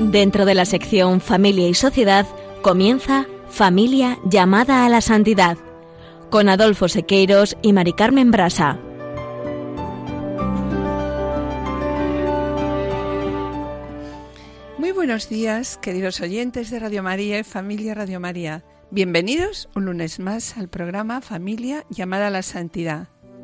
Dentro de la sección Familia y Sociedad comienza Familia llamada a la santidad, con Adolfo Sequeiros y Mari Carmen Brasa. Muy buenos días, queridos oyentes de Radio María y Familia Radio María. Bienvenidos un lunes más al programa Familia llamada a la santidad.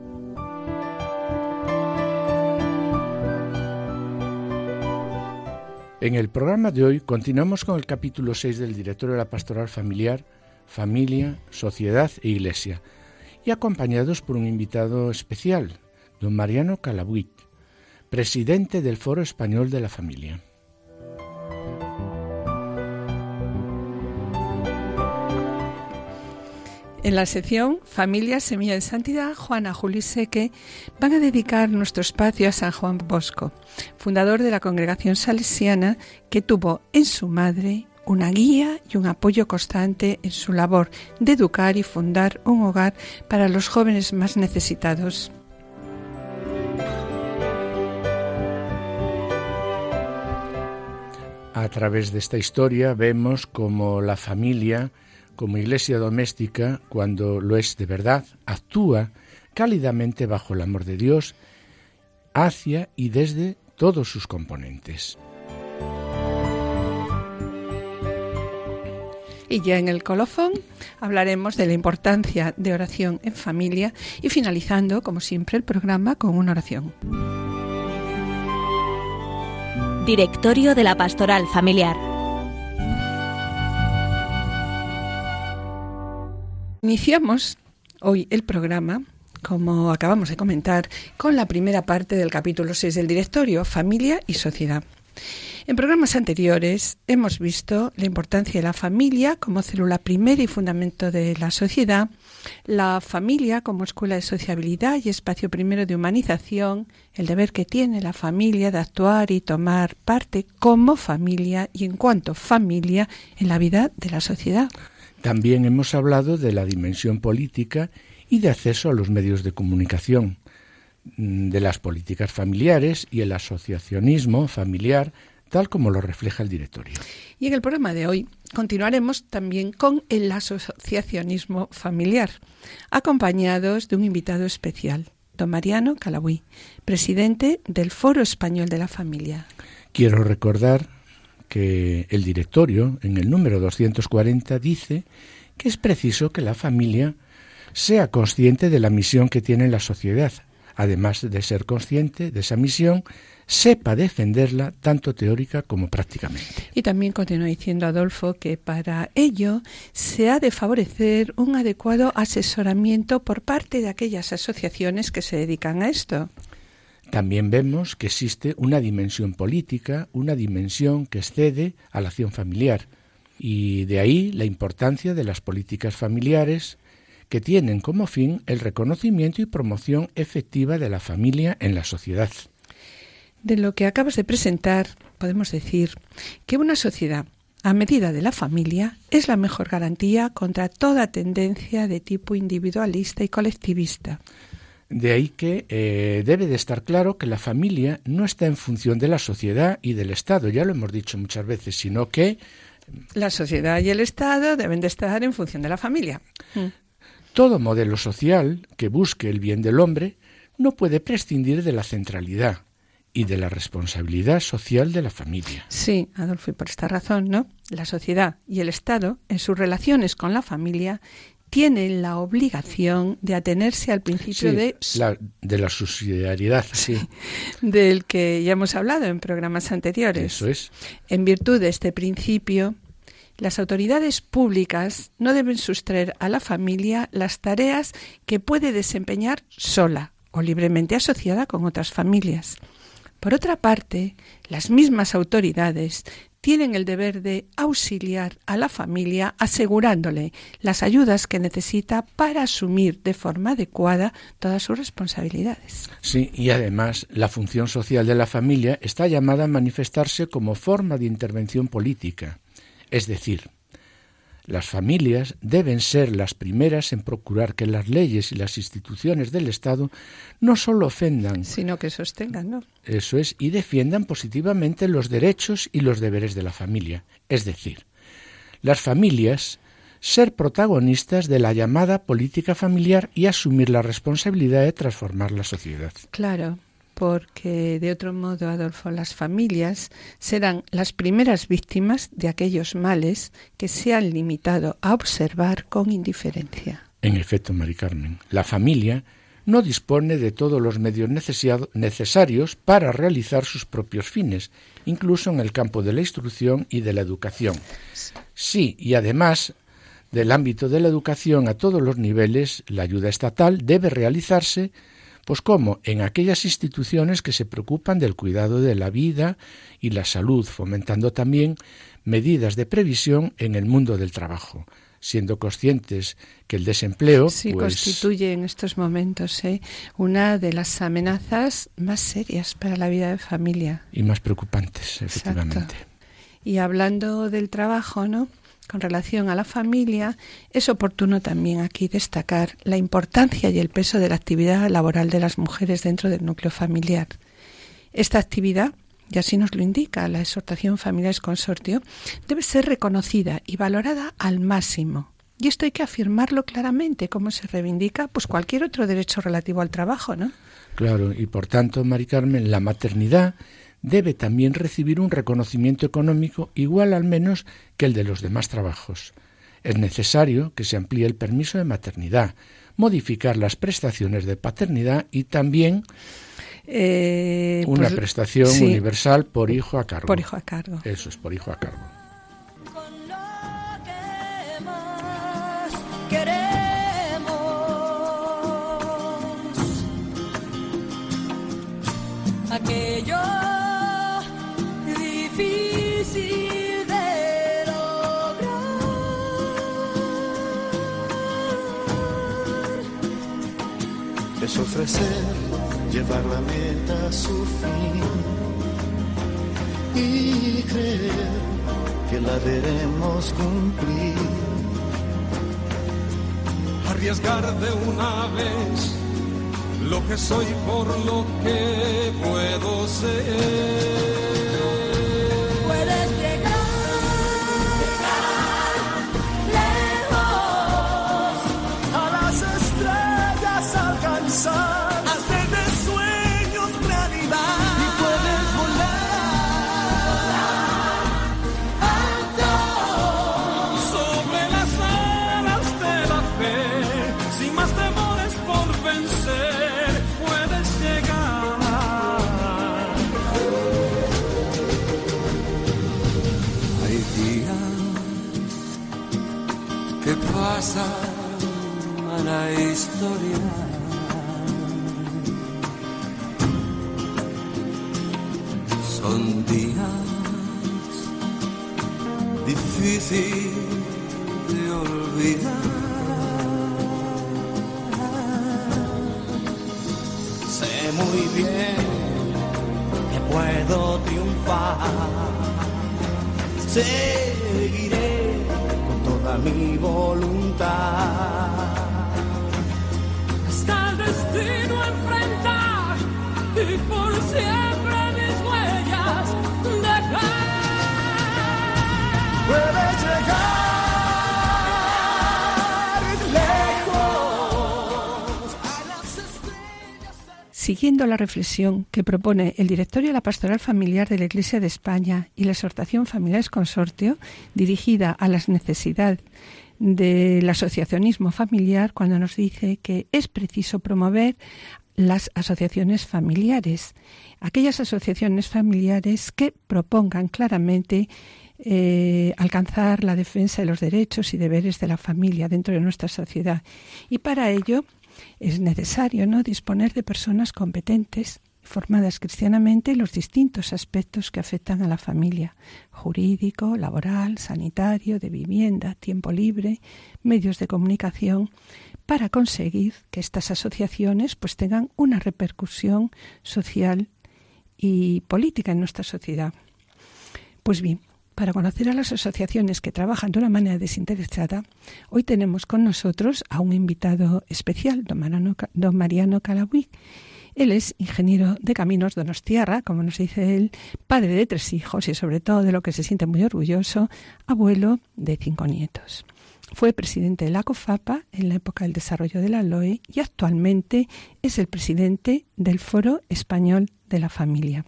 En el programa de hoy continuamos con el capítulo 6 del Directorio de la Pastoral Familiar, Familia, Sociedad e Iglesia, y acompañados por un invitado especial, don Mariano Calabuig, presidente del Foro Español de la Familia. En la sección Familia Semilla de Santidad, Juana, Julio y Seque van a dedicar nuestro espacio a San Juan Bosco, fundador de la congregación salesiana, que tuvo en su madre una guía y un apoyo constante en su labor de educar y fundar un hogar para los jóvenes más necesitados. A través de esta historia vemos cómo la familia, como iglesia doméstica, cuando lo es de verdad, actúa cálidamente bajo el amor de Dios, hacia y desde todos sus componentes. Y ya en el colofón hablaremos de la importancia de oración en familia y finalizando, como siempre, el programa con una oración. Directorio de la Pastoral Familiar. Iniciamos hoy el programa, como acabamos de comentar, con la primera parte del capítulo 6 del Directorio, Familia y Sociedad. En programas anteriores hemos visto la importancia de la familia como célula primera y fundamento de la sociedad, la familia como escuela de sociabilidad y espacio primero de humanización, el deber que tiene la familia de actuar y tomar parte como familia y en cuanto familia en la vida de la sociedad. También hemos hablado de la dimensión política y de acceso a los medios de comunicación, de las políticas familiares y el asociacionismo familiar, tal como lo refleja el directorio. Y en el programa de hoy continuaremos también con el asociacionismo familiar, acompañados de un invitado especial, don Mariano Calabuig, presidente del Foro Español de la Familia. Quiero recordar que el directorio, en el número 240, dice que es preciso que la familia sea consciente de la misión que tiene en la sociedad. Además de ser consciente de esa misión, sepa defenderla tanto teórica como prácticamente. Y también continúa diciendo Adolfo que para ello se ha de favorecer un adecuado asesoramiento por parte de aquellas asociaciones que se dedican a esto. También vemos que existe una dimensión política, una dimensión que excede a la acción familiar, y de ahí la importancia de las políticas familiares que tienen como fin el reconocimiento y promoción efectiva de la familia en la sociedad. De lo que acabas de presentar, podemos decir que una sociedad a medida de la familia es la mejor garantía contra toda tendencia de tipo individualista y colectivista. De ahí que debe de estar claro que la familia no está en función de la sociedad y del Estado, ya lo hemos dicho muchas veces, sino que la sociedad y el Estado deben de estar en función de la familia. Todo modelo social que busque el bien del hombre no puede prescindir de la centralidad y de la responsabilidad social de la familia. Sí, Adolfo, y por esta razón, ¿no? La sociedad y el Estado, en sus relaciones con la familia, tienen la obligación de atenerse al principio de la subsidiariedad, sí, del que ya hemos hablado en programas anteriores. Eso es. En virtud de este principio, las autoridades públicas no deben sustraer a la familia las tareas que puede desempeñar sola o libremente asociada con otras familias. Por otra parte, las mismas autoridades tienen el deber de auxiliar a la familia asegurándole las ayudas que necesita para asumir de forma adecuada todas sus responsabilidades. Sí, y además la función social de la familia está llamada a manifestarse como forma de intervención política. Es decir, Las familias deben ser las primeras en procurar que las leyes y las instituciones del Estado no solo ofendan, sino que sostengan, ¿no? Eso es, y defiendan positivamente los derechos y los deberes de la familia. Es decir, las familias ser protagonistas de la llamada política familiar y asumir la responsabilidad de transformar la sociedad. Claro, porque de otro modo, Adolfo, las familias serán las primeras víctimas de aquellos males que se han limitado a observar con indiferencia. En efecto, Mari Carmen, la familia no dispone de todos los medios necesarios para realizar sus propios fines, incluso en el campo de la instrucción y de la educación. Sí, y además del ámbito de la educación a todos los niveles, la ayuda estatal debe realizarse pues como en aquellas instituciones que se preocupan del cuidado de la vida y la salud, fomentando también medidas de previsión en el mundo del trabajo, siendo conscientes que el desempleo constituye en estos momentos una de las amenazas más serias para la vida de familia. Y más preocupantes, efectivamente. Exacto. Y hablando del trabajo, ¿no?, con relación a la familia, es oportuno también aquí destacar la importancia y el peso de la actividad laboral de las mujeres dentro del núcleo familiar. Esta actividad, y así nos lo indica la exhortación Familiares Consortio, debe ser reconocida y valorada al máximo. Y esto hay que afirmarlo claramente, como se reivindica pues cualquier otro derecho relativo al trabajo, ¿no? Claro, y por tanto, Mari Carmen, la maternidad debe también recibir un reconocimiento económico igual al menos que el de los demás trabajos. Es necesario que se amplíe el permiso de maternidad, modificar las prestaciones de paternidad y también una prestación universal por hijo a cargo. Por hijo a cargo. Eso es, por hijo a cargo. Con lo que más queremos, aquello difícil de lograr, es ofrecer, llevar la meta a su fin y creer que la veremos cumplir. Arriesgar de una vez lo que soy por lo que puedo ser. puedes llegar lejos, A las estrellas alcanzar Hacer de sueños realidad. y puedes volar Sobre las alas de la fe, sin más temores por vencer, puedes llegar. Hay días que pasan a la historia. Son días difícil de olvidar. Sé muy bien que puedo triunfar. Seguiré con toda mi voluntad. Está el destino a enfrentar y por siempre mis huellas dejar. Puedes llegar lejos a las estrellas. Siguiendo la reflexión que propone el Directorio de la Pastoral Familiar de la Iglesia de España y la exhortación Familiares Consortio, dirigida a las necesidades del asociacionismo familiar, cuando nos dice que es preciso promover las asociaciones familiares, aquellas asociaciones familiares que propongan claramente alcanzar la defensa de los derechos y deberes de la familia dentro de nuestra sociedad. Y para ello es necesario, ¿no?, disponer de personas competentes, formadas cristianamente en los distintos aspectos que afectan a la familia: jurídico, laboral, sanitario, de vivienda, tiempo libre, medios de comunicación, para conseguir que estas asociaciones pues tengan una repercusión social y política en nuestra sociedad. Pues bien, para conocer a las asociaciones que trabajan de una manera desinteresada, hoy tenemos con nosotros a un invitado especial, don Mariano Calabuig. Él es ingeniero de caminos donostiarra, como nos dice él, padre de 3 hijos y sobre todo de lo que se siente muy orgulloso, abuelo de 5 nietos. Fue presidente de la COFAPA en la época del desarrollo de la LOE y actualmente es el presidente del Foro Español de la Familia.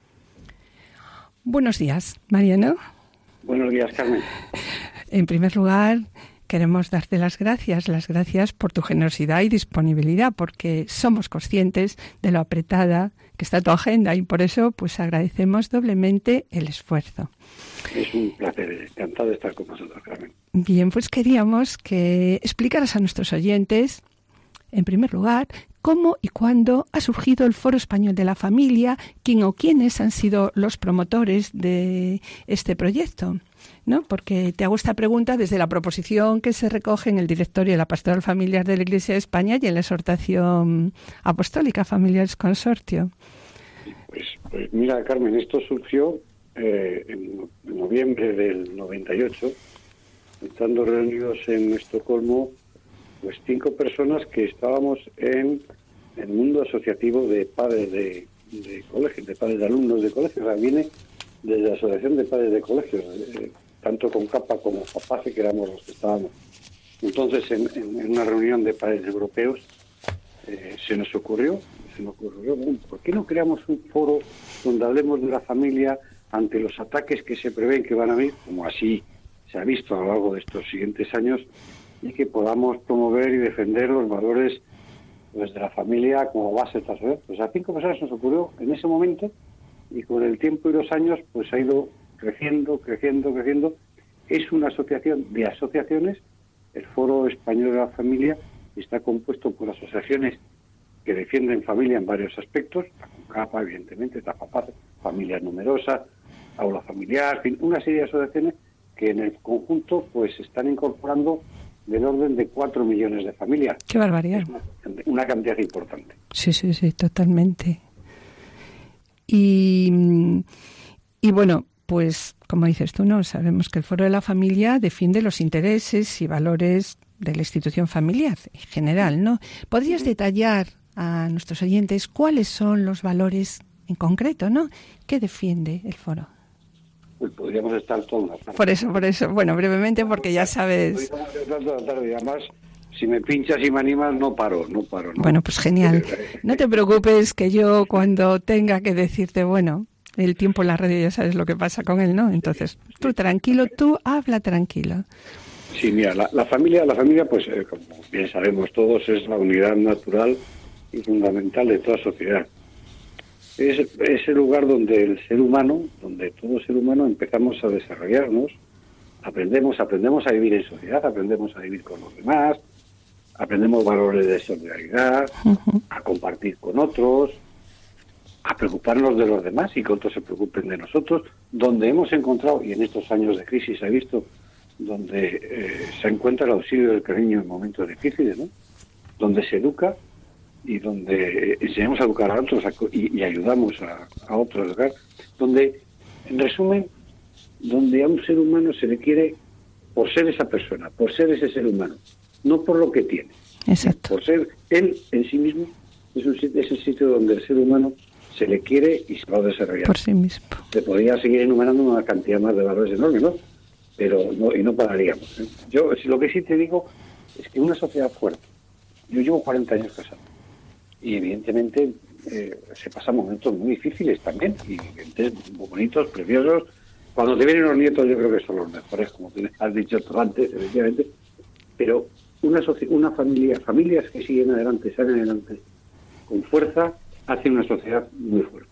Buenos días, Mariano. Buenos días, Carmen. En primer lugar, queremos darte las gracias por tu generosidad y disponibilidad, porque somos conscientes de lo apretada que está tu agenda y por eso pues agradecemos doblemente el esfuerzo. Es un placer, encantado de estar con vosotros, Carmen. Bien, pues queríamos que explicaras a nuestros oyentes, en primer lugar, cómo y cuándo ha surgido el Foro Español de la Familia, quién o quiénes han sido los promotores de este proyecto, ¿no? Porque te hago esta pregunta desde la proposición que se recoge en el Directorio de la Pastoral Familiar de la Iglesia de España y en la exhortación apostólica Familiares Consortio. Pues mira, Carmen, esto surgió en noviembre del 98, estando reunidos en Estocolmo, pues 5 personas que estábamos en el mundo asociativo de padres de colegios, de padres de alumnos de colegios. O sea, viene desde la Asociación de Padres de Colegios, tanto con CAPA como FAPACE, que éramos los que estábamos. Entonces, en una reunión de padres europeos, se nos ocurrió, bueno, ¿por qué no creamos un foro donde hablemos de la familia ante los ataques que se prevén que van a venir, como así se ha visto a lo largo de estos siguientes años, y que podamos promover y defender los valores pues, de la familia como base de la sociedad? Pues a 5 personas nos ocurrió en ese momento, y con el tiempo y los años pues ha ido creciendo. Es una asociación de asociaciones. El Foro Español de la Familia está compuesto por asociaciones que defienden familia en varios aspectos, la CAPA, evidentemente, TAFAPAZ, familia numerosa, aula familiar, en fin, una serie de asociaciones que en el conjunto pues están incorporando del orden de 4 millones de familias. ¡Qué barbaridad! Es una cantidad importante. Sí, totalmente. Y bueno, pues como dices tú, ¿no? Sabemos que el Foro de la Familia defiende los intereses y valores de la institución familiar en general, ¿no? ¿Podrías detallar a nuestros oyentes cuáles son los valores en concreto, ¿no? ¿Qué defiende el Foro? Pues podríamos estar toda una tarde. Por eso. Bueno, brevemente, porque ya sabes. Podríamos estar toda la tarde. Además, si me pinchas y me animas, no paro. ¿no? Bueno, pues genial. No te preocupes que yo cuando tenga que decirte, bueno, el tiempo en la radio ya sabes lo que pasa con él, ¿no? Entonces, tú tranquilo, tú habla tranquilo. Sí, mira, la familia, pues, como bien sabemos todos, es la unidad natural y fundamental de toda sociedad. Es el lugar donde el ser humano, donde todo ser humano empezamos a desarrollarnos, aprendemos a vivir en sociedad, aprendemos a vivir con los demás, aprendemos valores de solidaridad, a compartir con otros, a preocuparnos de los demás y que otros se preocupen de nosotros, donde hemos encontrado, y en estos años de crisis se ha visto, donde se encuentra el auxilio del cariño en momentos difíciles, ¿no? Donde se educa y donde enseñamos a educar a otros y ayudamos a otros a educar, donde, en resumen, donde a un ser humano se le quiere por ser esa persona, por ser ese ser humano, no por lo que tiene. Exacto. Por ser él en sí mismo, es el sitio donde el ser humano se le quiere y se va a desarrollar. Por sí mismo. Se podría seguir enumerando una cantidad más de valores enormes, ¿no? Pero no pararíamos, ¿eh? Yo lo que sí te digo es que una sociedad fuerte. Yo llevo 40 años casado y evidentemente se pasan momentos muy difíciles también y muy bonitos, preciosos. Cuando te vienen los nietos yo creo que son los mejores, como tú has dicho tú antes, efectivamente. Pero familias que siguen adelante, salen adelante con fuerza, hacen una sociedad muy fuerte.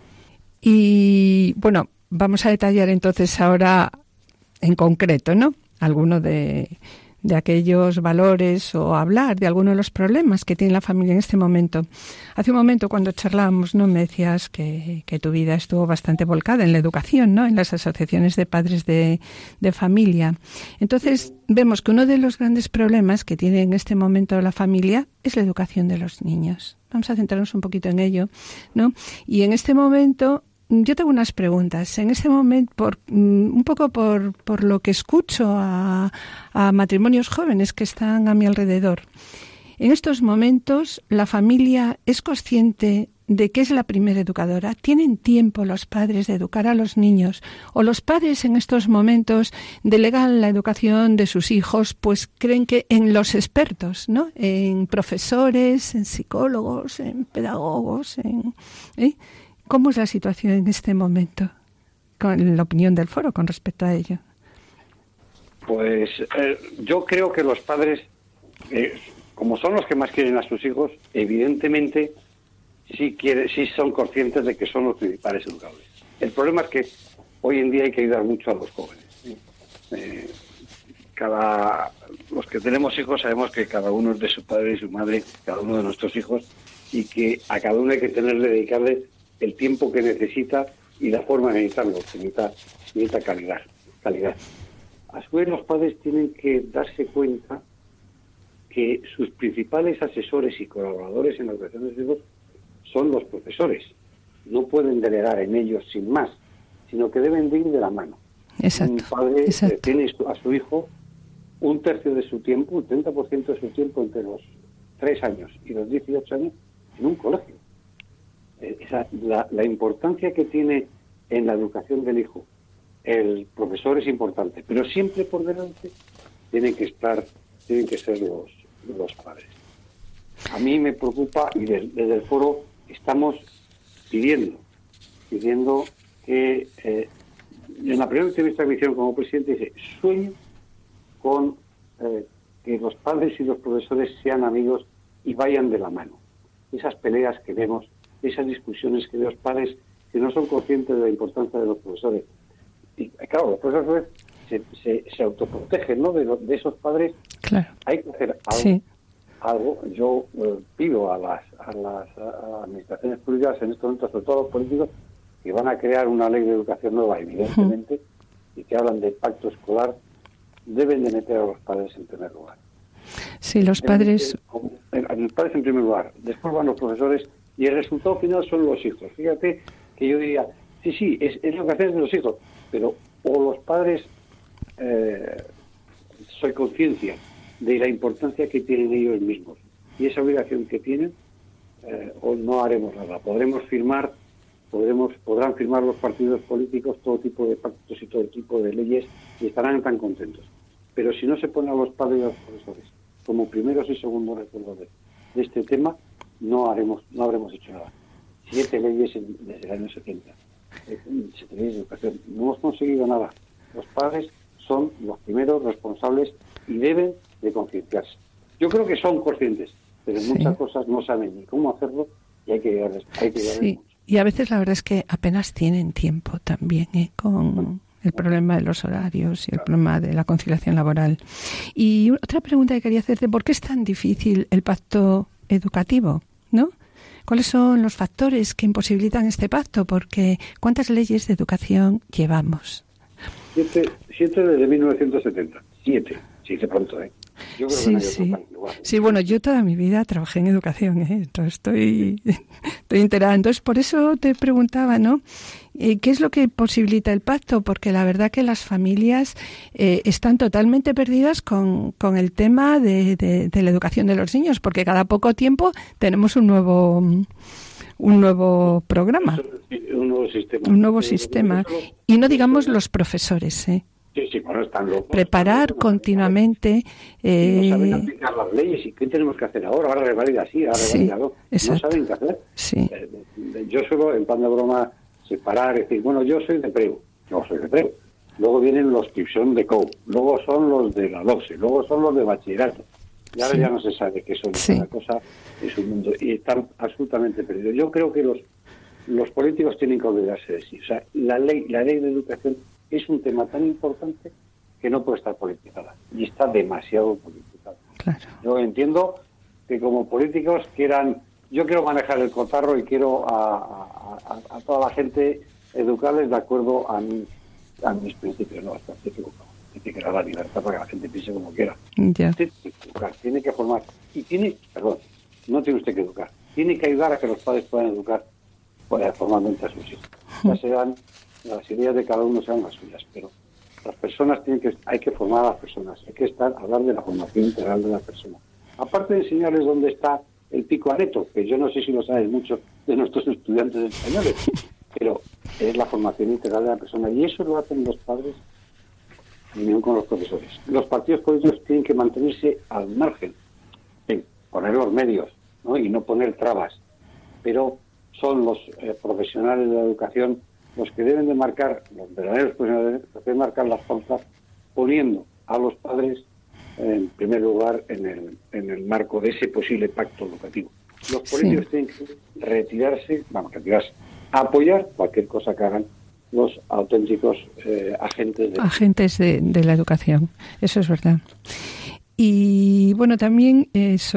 Y bueno, vamos a detallar entonces ahora en concreto, ¿no? Alguno de aquellos valores o hablar de alguno de los problemas que tiene la familia en este momento. Hace un momento cuando charlábamos, ¿no? Me decías que tu vida estuvo bastante volcada en la educación, ¿no? En las asociaciones de padres de familia. Entonces vemos que uno de los grandes problemas que tiene en este momento la familia es la educación de los niños. Vamos a centrarnos un poquito en ello, ¿no? Y en este momento yo tengo unas preguntas. En este momento, un poco por lo que escucho a matrimonios jóvenes que están a mi alrededor, en estos momentos la familia es consciente de que es la primera educadora. ¿Tienen tiempo los padres de educar a los niños? ¿O los padres en estos momentos delegan la educación de sus hijos, pues creen que en los expertos, ¿no? En profesores, en psicólogos, en pedagogos, ¿Cómo es la situación en este momento, con la opinión del foro con respecto a ello? Pues yo creo que los padres, como son los que más quieren a sus hijos, evidentemente sí son conscientes de que son los principales educadores. El problema es que hoy en día hay que ayudar mucho a los jóvenes. Los que tenemos hijos sabemos que cada uno es de su padre y su madre, cada uno de nuestros hijos, y que a cada uno hay que dedicarle el tiempo que necesita y la forma de necesitarlo, que necesita calidad. A su vez, los padres tienen que darse cuenta que sus principales asesores y colaboradores en la educación de sus hijos son los profesores. No pueden delegar en ellos sin más, sino que deben de ir de la mano. Exacto. Un padre tiene a su hijo un tercio de su tiempo, un 30% de su tiempo entre los 3 años y los 18 años en un colegio. La importancia que tiene en la educación del hijo el profesor es importante, pero siempre por delante tienen que ser los padres. A mí me preocupa, y desde el foro estamos pidiendo que en la primera entrevista que me hicieron como presidente dice, sueño con que los padres y los profesores sean amigos y vayan de la mano. Esas peleas que vemos, esas discusiones que los padres que no son conscientes de la importancia de los profesores. Y claro, los profesores se autoprotegen, ¿no? De esos padres. Claro. Hay que hacer algo. Sí. Yo pido a las administraciones públicas en estos momentos, sobre todo a los políticos, que van a crear una ley de educación nueva, evidentemente, y que hablan de pacto escolar, deben de meter a los padres en primer lugar. Sí, los padres... Los padres en primer lugar, después van los profesores, y el resultado final son los hijos. Fíjate que yo diría, sí, es la educación de los hijos, pero o los padres soy conciencia de la importancia que tienen ellos mismos y esa obligación que tienen, o no haremos nada. Podrán firmar los partidos políticos todo tipo de pactos y todo tipo de leyes y estarán tan contentos. Pero si no se ponen a los padres y a los profesores como primeros y segundos recuerdos de este tema, no habremos hecho nada. 7 leyes desde el año 70. 7 leyes de educación. No hemos conseguido nada. Los padres son los primeros responsables y deben de concienciarse. Yo creo que son conscientes, pero en muchas cosas no saben ni cómo hacerlo y hay que ayudarles mucho. Y a veces la verdad es que apenas tienen tiempo también con el problema de los horarios y el problema de la conciliación laboral. Y otra pregunta que quería hacerte, ¿por qué es tan difícil el pacto educativo? ¿No? ¿Cuáles son los factores que imposibilitan este pacto? Porque ¿cuántas leyes de educación llevamos? 7 desde 1970. 7, se dice pronto, ¿eh? Yo creo que no hay otro país igual. Sí, bueno, yo toda mi vida trabajé en educación, entonces estoy enterada. Entonces, por eso te preguntaba, ¿no? ¿Qué es lo que posibilita el pacto? Porque la verdad que las familias están totalmente perdidas con el tema de la educación de los niños, porque cada poco tiempo tenemos un nuevo programa. Un nuevo sistema. Y no digamos los profesores, Sí, bueno, están locos. Preparar continuamente. No saben aplicar las leyes. ¿Y qué tenemos que hacer ahora? Ahora revalida así, ahora revalida no. No saben qué hacer. Sí. Yo suelo, en plan de broma, separar, decir, bueno, yo soy de PREU. No soy de PREU. Luego vienen los que son de COU. Luego son los de la LOCSE. Luego son los de bachillerato. Y ahora ya no se sabe qué son cada cosa en su mundo. Y están absolutamente perdidos. Yo creo que los políticos tienen que olvidarse de sí. O sea, la ley de educación es un tema tan importante que no puede estar politizada. Y está demasiado politizada. Claro. Yo entiendo que como políticos yo quiero manejar el cotarro y quiero a toda la gente educarles de acuerdo a mis principios. No, está equivocado. Tiene que dar la libertad para que la gente piense como quiera. Ya. Usted tiene que educar, tiene que formar. Y no tiene usted que educar. Tiene que ayudar a que los padres puedan educar formalmente a sus hijos. Ya serán, las ideas de cada uno serán las suyas, pero las personas hay que formar a las personas, hay que hablar de la formación integral de la persona. Aparte de enseñarles dónde está el pico aneto, que yo no sé si lo saben muchos de nuestros estudiantes españoles, pero es la formación integral de la persona, y eso lo hacen los padres en unión con los profesores. Los partidos políticos tienen que mantenerse al margen, poner los medios, ¿no? Y no poner trabas, pero son los profesionales de la educación los que deben de marcar, los verdaderos profesionales, los que deben marcar las pautas, poniendo a los padres en primer lugar en el marco de ese posible pacto educativo. Los políticos tienen que retirarse, apoyar cualquier cosa que hagan los auténticos agentes de la educación. Eso es verdad. Y bueno, también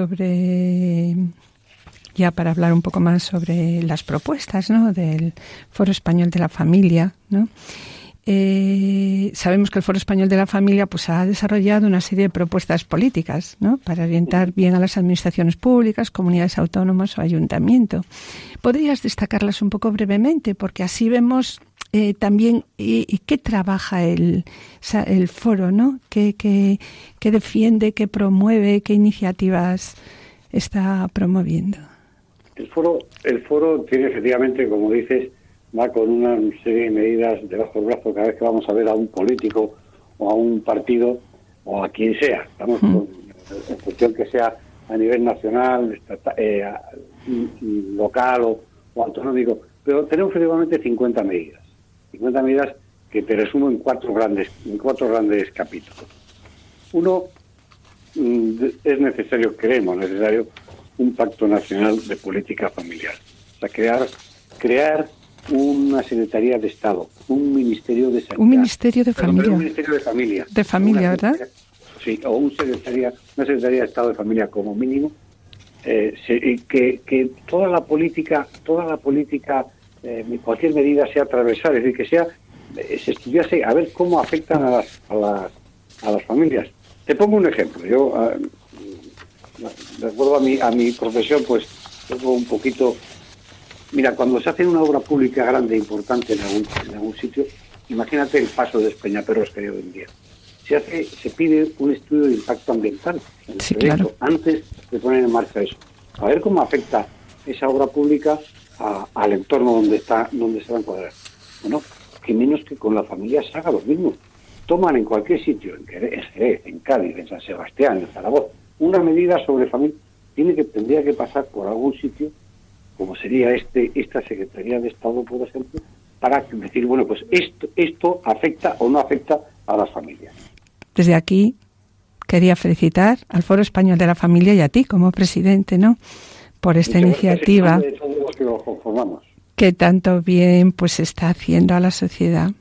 ya para hablar un poco más sobre las propuestas, ¿no?, del Foro Español de la Familia, ¿no? Sabemos que el Foro Español de la Familia pues ha desarrollado una serie de propuestas políticas, ¿no?, para orientar bien a las administraciones públicas, comunidades autónomas o ayuntamiento. ¿Podrías destacarlas un poco brevemente? Porque así vemos también qué trabaja el foro, ¿no? ¿Qué defiende, qué promueve, qué iniciativas está promoviendo? El foro tiene efectivamente, como dices, va con una serie de medidas debajo del brazo cada vez que vamos a ver a un político o a un partido o a quien sea. Estamos en función que sea a nivel nacional, local o autonómico, pero tenemos efectivamente 50 medidas. 50 medidas que te resumo en cuatro grandes capítulos. Uno, creemos necesario un pacto nacional de política familiar. O sea, crear una Secretaría de Estado, un Ministerio de Sanidad. Un Ministerio de Familia. Un Ministerio de Familia. De Familia, ¿verdad? Sí, o una Secretaría de Estado de Familia como mínimo, que toda la política, cualquier medida sea transversal, es decir, que se estudiase a ver cómo afectan a las familias. Te pongo un ejemplo. Yo, de acuerdo a mi profesión, pues tengo un poquito. Mira, cuando se hace una obra pública grande e importante en algún sitio, imagínate el paso de Peñaperros que hay hoy en día. Se pide un estudio de impacto ambiental en el proyecto, antes de poner en marcha eso. A ver cómo afecta esa obra pública al entorno donde se va a encuadrar. Bueno, que menos que con la familia se haga lo mismo. Toman en cualquier sitio, en Jerez, en Cádiz, en San Sebastián, en Zaragoza, una medida sobre familia, tendría que pasar por algún sitio, como sería esta Secretaría de Estado, por ejemplo, para decir, bueno, pues esto afecta o no afecta a las familias. Desde aquí quería felicitar al Foro Español de la Familia y a ti como presidente, ¿no?, por esta iniciativa de todos los que lo conformamos, que tanto bien pues está haciendo a la sociedad.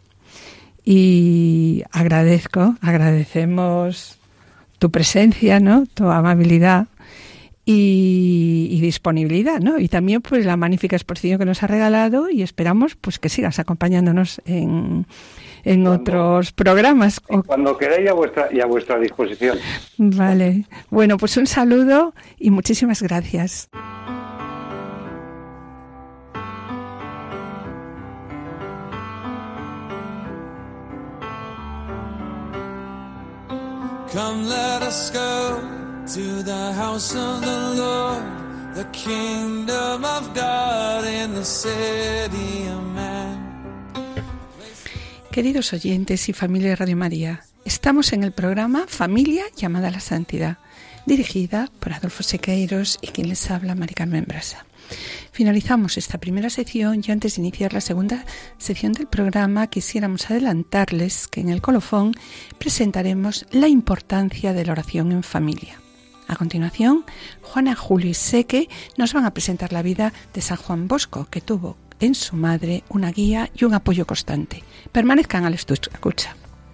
Y agradecemos tu presencia, ¿no?, tu amabilidad y disponibilidad, ¿no? Y también pues la magnífica exposición que nos ha regalado, y esperamos pues que sigas acompañándonos en otros programas. Cuando queráis, a vuestra disposición. Vale. Bueno, pues un saludo y muchísimas gracias. Come, let us go to the house of the Lord, the kingdom of God in the city of man. Queridos oyentes y familia de Radio María, estamos en el programa Familia llamada a la Santidad, dirigida por Adolfo Sequeiros y quien les habla, Mari Carmen Brasa. Finalizamos esta primera sección y antes de iniciar la segunda sección del programa quisiéramos adelantarles que en el colofón presentaremos la importancia de la oración en familia. A continuación, Juana, Julio y Seque nos van a presentar la vida de San Juan Bosco, que tuvo en su madre una guía y un apoyo constante. Permanezcan a la escucha.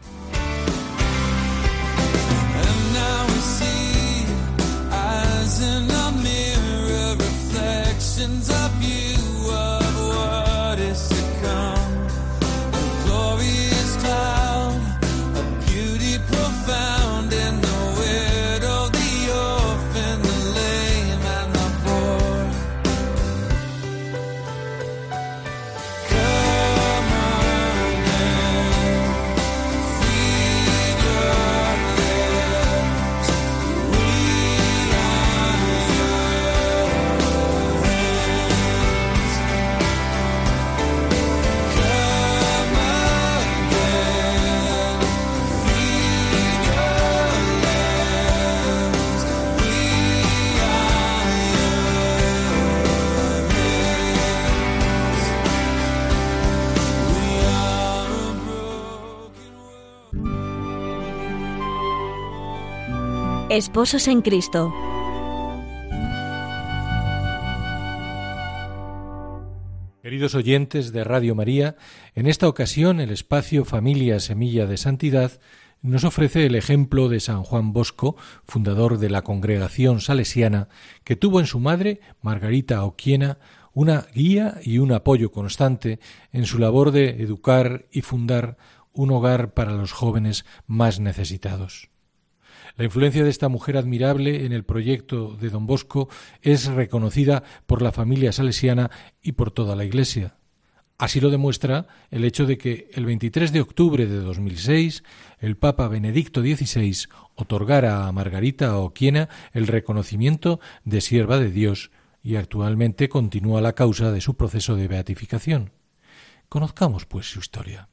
Of you, of what is to come, a glorious cloud, a beauty profound in the widow, the orphan, the lame and the poor. Esposos en Cristo. Queridos oyentes de Radio María, en esta ocasión el espacio Familia Semilla de Santidad nos ofrece el ejemplo de San Juan Bosco, fundador de la congregación salesiana, que tuvo en su madre, Margarita Oquiena, una guía y un apoyo constante en su labor de educar y fundar un hogar para los jóvenes más necesitados. La influencia de esta mujer admirable en el proyecto de don Bosco es reconocida por la familia salesiana y por toda la Iglesia. Así lo demuestra el hecho de que el 23 de octubre de 2006 el Papa Benedicto XVI otorgara a Margarita Oquiena el reconocimiento de sierva de Dios y actualmente continúa la causa de su proceso de beatificación. Conozcamos, pues, su historia.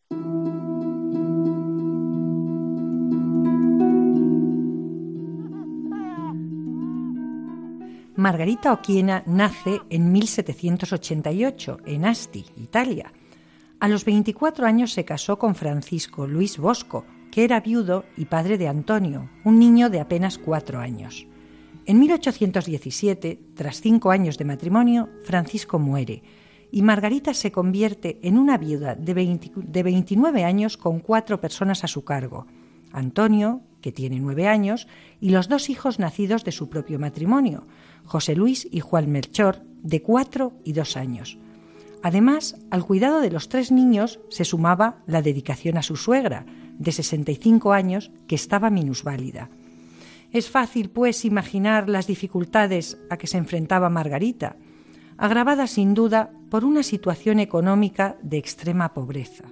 Margarita Oquiena nace en 1788 en Asti, Italia. A los 24 años se casó con Francisco Luis Bosco, que era viudo y padre de Antonio, un niño de apenas 4 años. En 1817, tras 5 años de matrimonio, Francisco muere y Margarita se convierte en una viuda de 29 años con 4 personas a su cargo: Antonio, que tiene 9 años, y los 2 hijos nacidos de su propio matrimonio, José Luis y Juan Melchor, de 4 y 2 años. Además, al cuidado de los 3 niños se sumaba la dedicación a su suegra, de 65 años, que estaba minusválida. Es fácil, pues, imaginar las dificultades a que se enfrentaba Margarita, agravada sin duda por una situación económica de extrema pobreza.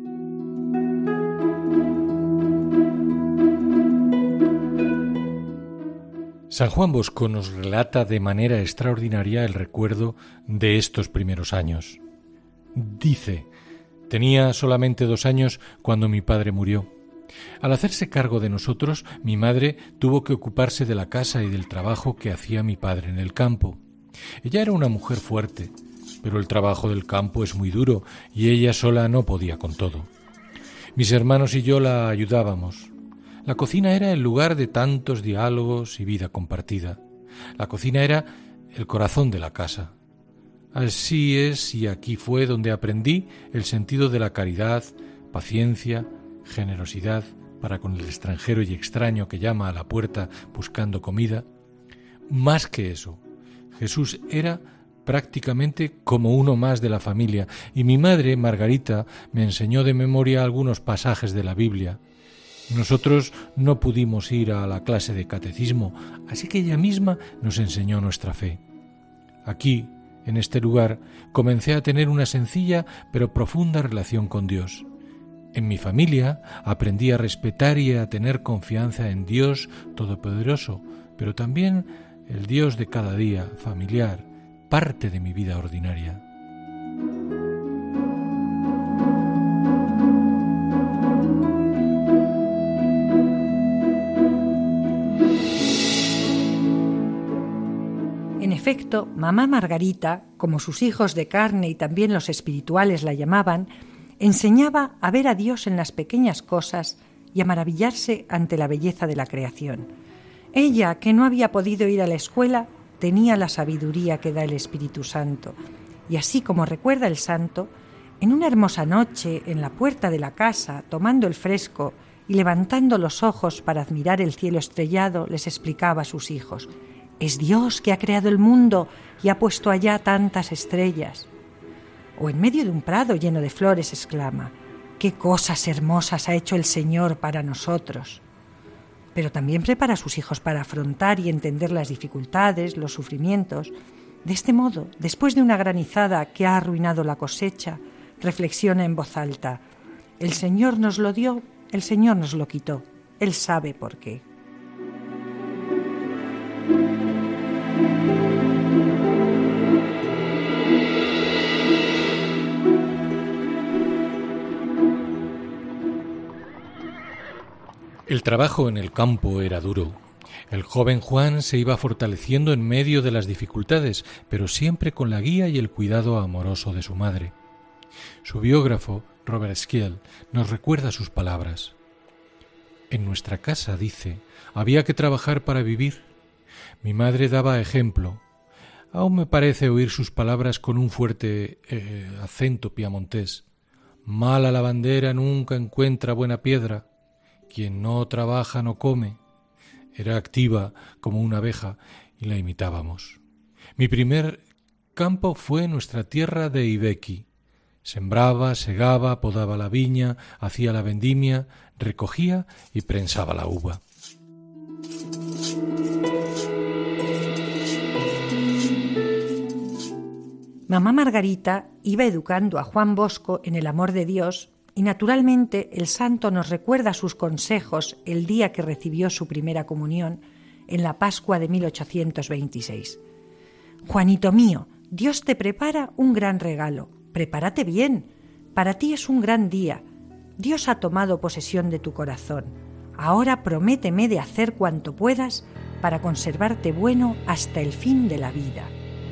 San Juan Bosco nos relata de manera extraordinaria el recuerdo de estos primeros años. Dice: tenía solamente 2 años cuando mi padre murió. Al hacerse cargo de nosotros, mi madre tuvo que ocuparse de la casa y del trabajo que hacía mi padre en el campo. Ella era una mujer fuerte, pero el trabajo del campo es muy duro y ella sola no podía con todo. Mis hermanos y yo la ayudábamos. La cocina era el lugar de tantos diálogos y vida compartida. La cocina era el corazón de la casa. Así es, y aquí fue donde aprendí el sentido de la caridad, paciencia, generosidad para con el extranjero y extraño que llama a la puerta buscando comida. Más que eso, Jesús era prácticamente como uno más de la familia, y mi madre, Margarita, me enseñó de memoria algunos pasajes de la Biblia. Nosotros no pudimos ir a la clase de catecismo, así que ella misma nos enseñó nuestra fe. Aquí, en este lugar, comencé a tener una sencilla pero profunda relación con Dios. En mi familia aprendí a respetar y a tener confianza en Dios Todopoderoso, pero también el Dios de cada día, familiar, parte de mi vida ordinaria. En efecto, mamá Margarita, como sus hijos de carne y también los espirituales la llamaban, enseñaba a ver a Dios en las pequeñas cosas y a maravillarse ante la belleza de la creación. Ella, que no había podido ir a la escuela, tenía la sabiduría que da el Espíritu Santo, y así como recuerda el santo, en una hermosa noche, en la puerta de la casa, tomando el fresco y levantando los ojos para admirar el cielo estrellado, les explicaba a sus hijos: «Es Dios que ha creado el mundo y ha puesto allá tantas estrellas». O en medio de un prado lleno de flores exclama: «¡Qué cosas hermosas ha hecho el Señor para nosotros!». Pero también prepara a sus hijos para afrontar y entender las dificultades, los sufrimientos. De este modo, después de una granizada que ha arruinado la cosecha, reflexiona en voz alta: «El Señor nos lo dio, el Señor nos lo quitó, Él sabe por qué». El trabajo en el campo era duro. El joven Juan se iba fortaleciendo en medio de las dificultades, pero siempre con la guía y el cuidado amoroso de su madre. Su biógrafo, Robert Skiel, nos recuerda sus palabras. En nuestra casa, dice, había que trabajar para vivir. Mi madre daba ejemplo. Aún me parece oír sus palabras con un fuerte acento piamontés. Mala lavandera nunca encuentra buena piedra. Quien no trabaja no come. Era activa como una abeja y la imitábamos. Mi primer campo fue nuestra tierra de Ibequi. Sembraba, segaba, podaba la viña, hacía la vendimia, recogía y prensaba la uva. Mamá Margarita iba educando a Juan Bosco en el amor de Dios y naturalmente el santo nos recuerda sus consejos el día que recibió su primera comunión en la Pascua de 1826. Juanito mío, Dios te prepara un gran regalo. Prepárate bien. Para ti es un gran día. Dios ha tomado posesión de tu corazón. Ahora prométeme de hacer cuanto puedas para conservarte bueno hasta el fin de la vida.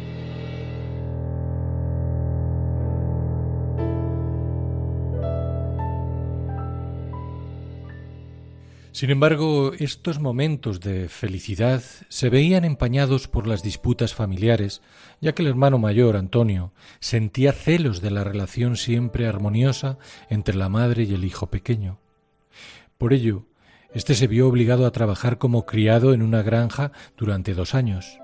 Sin embargo, estos momentos de felicidad se veían empañados por las disputas familiares, ya que el hermano mayor, Antonio, sentía celos de la relación siempre armoniosa entre la madre y el hijo pequeño. Por ello, éste se vio obligado a trabajar como criado en una granja durante 2 años.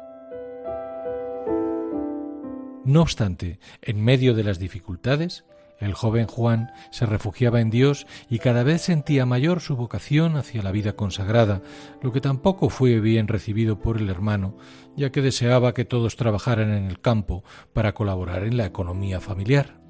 No obstante, en medio de las dificultades, el joven Juan se refugiaba en Dios y cada vez sentía mayor su vocación hacia la vida consagrada, lo que tampoco fue bien recibido por el hermano, ya que deseaba que todos trabajaran en el campo para colaborar en la economía familiar.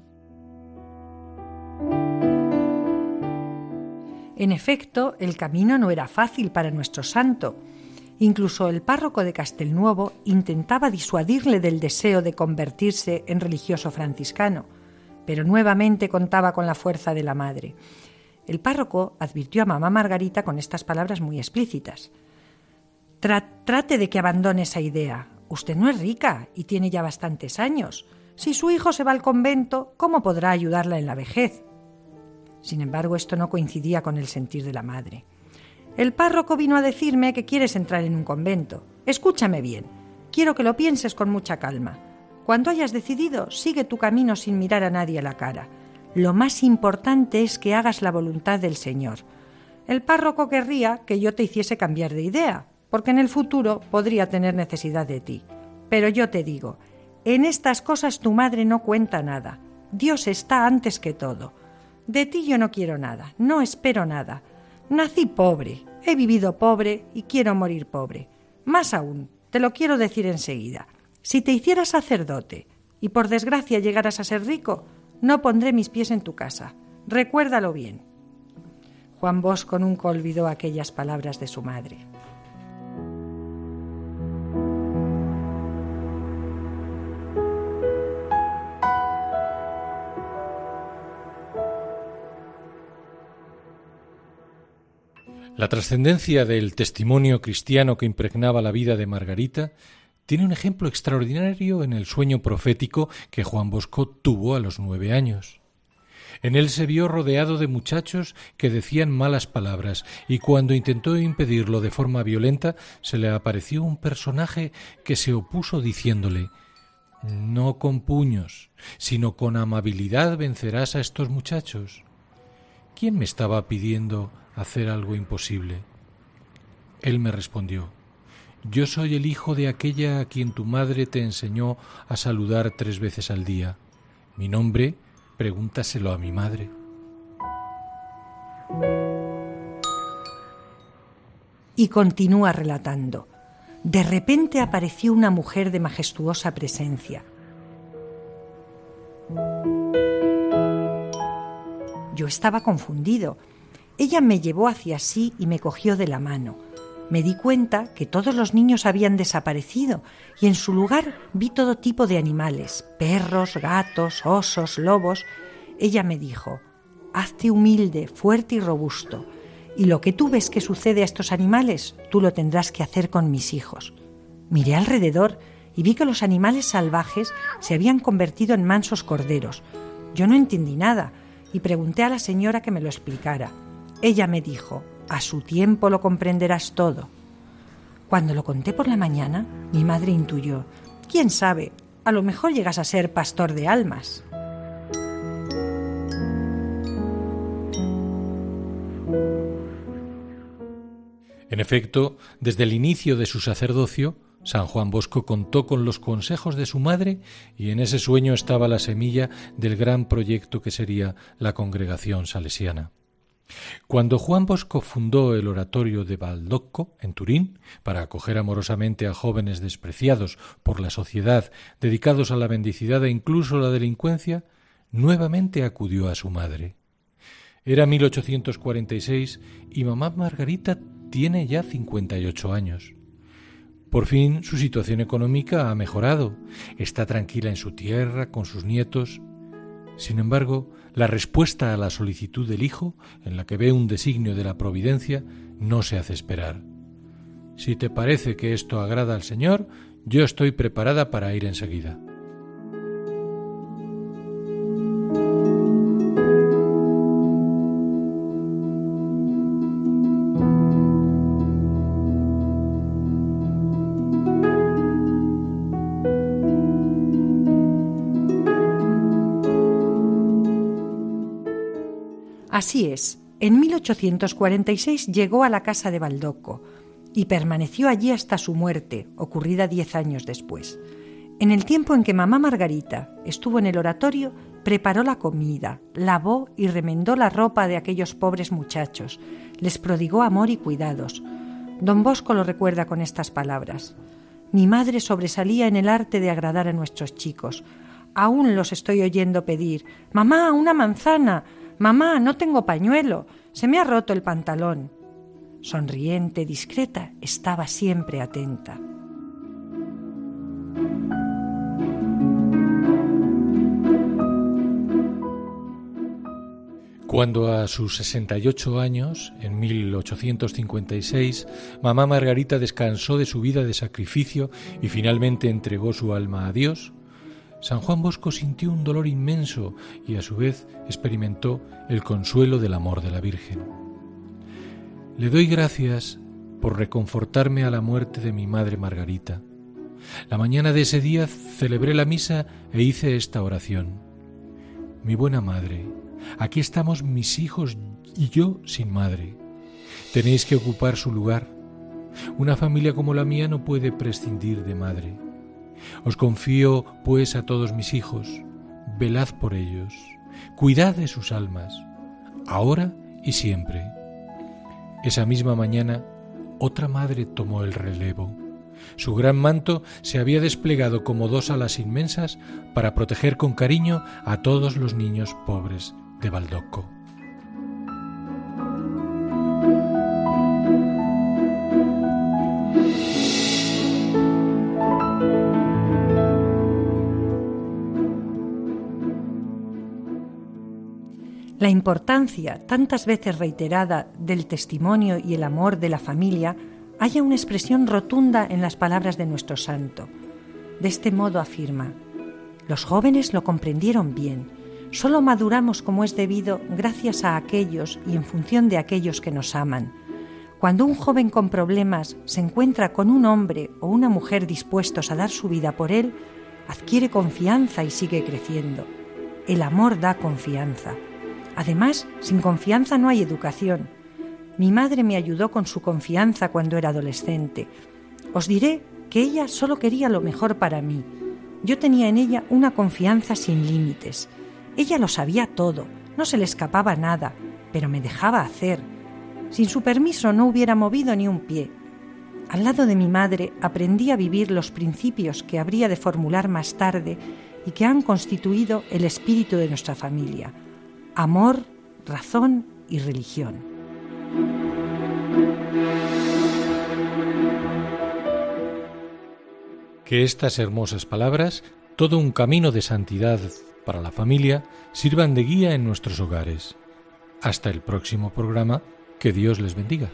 En efecto, el camino no era fácil para nuestro santo. Incluso el párroco de Castelnuovo intentaba disuadirle del deseo de convertirse en religioso franciscano, pero nuevamente contaba con la fuerza de la madre. El párroco advirtió a mamá Margarita con estas palabras muy explícitas. Trate de que abandone esa idea. Usted no es rica y tiene ya bastantes años. Si su hijo se va al convento, ¿cómo podrá ayudarla en la vejez? Sin embargo, esto no coincidía con el sentir de la madre. El párroco vino a decirme que quieres entrar en un convento. Escúchame bien. Quiero que lo pienses con mucha calma. Cuando hayas decidido, sigue tu camino sin mirar a nadie a la cara. Lo más importante es que hagas la voluntad del Señor. El párroco querría que yo te hiciese cambiar de idea, porque en el futuro podría tener necesidad de ti. Pero yo te digo, en estas cosas tu madre no cuenta nada. Dios está antes que todo. De ti yo no quiero nada, no espero nada. Nací pobre, he vivido pobre y quiero morir pobre. Más aún, te lo quiero decir enseguida. Si te hicieras sacerdote y por desgracia llegaras a ser rico, no pondré mis pies en tu casa. Recuérdalo bien. Juan Bosco nunca olvidó aquellas palabras de su madre. La trascendencia del testimonio cristiano que impregnaba la vida de Margarita tiene un ejemplo extraordinario en el sueño profético que Juan Bosco tuvo a los 9 años. En él se vio rodeado de muchachos que decían malas palabras y cuando intentó impedirlo de forma violenta se le apareció un personaje que se opuso diciéndole: «No con puños, sino con amabilidad vencerás a estos muchachos». ¿Quién me estaba pidiendo hacer algo imposible? Él me respondió: «Yo soy el hijo de aquella a quien tu madre te enseñó a saludar 3 veces al día. Mi nombre, pregúntaselo a mi madre». Y continúa relatando. De repente apareció una mujer de majestuosa presencia. Yo estaba confundido. Ella me llevó hacia sí y me cogió de la mano. Me di cuenta que todos los niños habían desaparecido y en su lugar vi todo tipo de animales, perros, gatos, osos, lobos. Ella me dijo: «Hazte humilde, fuerte y robusto, y lo que tú ves que sucede a estos animales, tú lo tendrás que hacer con mis hijos». Miré alrededor y vi que los animales salvajes se habían convertido en mansos corderos. Yo no entendí nada y pregunté a la señora que me lo explicara. Ella me dijo: A su tiempo lo comprenderás todo. Cuando lo conté por la mañana, mi madre intuyó: ¿quién sabe? A lo mejor llegas a ser pastor de almas. En efecto, desde el inicio de su sacerdocio, San Juan Bosco contó con los consejos de su madre y en ese sueño estaba la semilla del gran proyecto que sería la Congregación Salesiana. Cuando Juan Bosco fundó el oratorio de Baldocco, en Turín, para acoger amorosamente a jóvenes despreciados por la sociedad, dedicados a la mendicidad e incluso a la delincuencia, nuevamente acudió a su madre. Era 1846 y mamá Margarita tiene ya 58 años. Por fin su situación económica ha mejorado, está tranquila en su tierra, con sus nietos. Sin embargo, la respuesta a la solicitud del hijo, en la que ve un designio de la providencia, no se hace esperar. Si te parece que esto agrada al Señor, yo estoy preparada para ir enseguida. Así es, en 1846 llegó a la casa de Baldocco y permaneció allí hasta su muerte, ocurrida 10 años después. En el tiempo en que mamá Margarita estuvo en el oratorio, preparó la comida, lavó y remendó la ropa de aquellos pobres muchachos, les prodigó amor y cuidados. Don Bosco lo recuerda con estas palabras: mi madre sobresalía en el arte de agradar a nuestros chicos. Aún los estoy oyendo pedir: mamá, una manzana. Mamá, no tengo pañuelo, se me ha roto el pantalón. Sonriente, discreta, estaba siempre atenta. Cuando a sus 68 años, en 1856, mamá Margarita descansó de su vida de sacrificio y finalmente entregó su alma a Dios, San Juan Bosco sintió un dolor inmenso y a su vez experimentó el consuelo del amor de la Virgen. Le doy gracias por reconfortarme a la muerte de mi madre Margarita. La mañana de ese día celebré la misa e hice esta oración: mi buena madre, aquí estamos mis hijos y yo sin madre. Tenéis que ocupar su lugar. Una familia como la mía no puede prescindir de madre. Os confío, pues, a todos mis hijos. Velad por ellos. Cuidad de sus almas, ahora y siempre. Esa misma mañana, otra madre tomó el relevo. Su gran manto se había desplegado como dos alas inmensas para proteger con cariño a todos los niños pobres de Baldocco. La importancia, tantas veces reiterada, del testimonio y el amor de la familia halla una expresión rotunda en las palabras de nuestro santo. De este modo afirma: los jóvenes lo comprendieron bien, solo maduramos como es debido gracias a aquellos y en función de aquellos que nos aman. Cuando un joven con problemas se encuentra con un hombre o una mujer dispuestos a dar su vida por él, adquiere confianza y sigue creciendo. El amor da confianza. Además, sin confianza no hay educación. Mi madre me ayudó con su confianza cuando era adolescente. Os diré que ella solo quería lo mejor para mí. Yo tenía en ella una confianza sin límites. Ella lo sabía todo, no se le escapaba nada, pero me dejaba hacer. Sin su permiso no hubiera movido ni un pie. Al lado de mi madre aprendí a vivir los principios que habría de formular más tarde y que han constituido el espíritu de nuestra familia: amor, razón y religión. Que estas hermosas palabras, todo un camino de santidad para la familia, sirvan de guía en nuestros hogares. Hasta el próximo programa, que Dios les bendiga.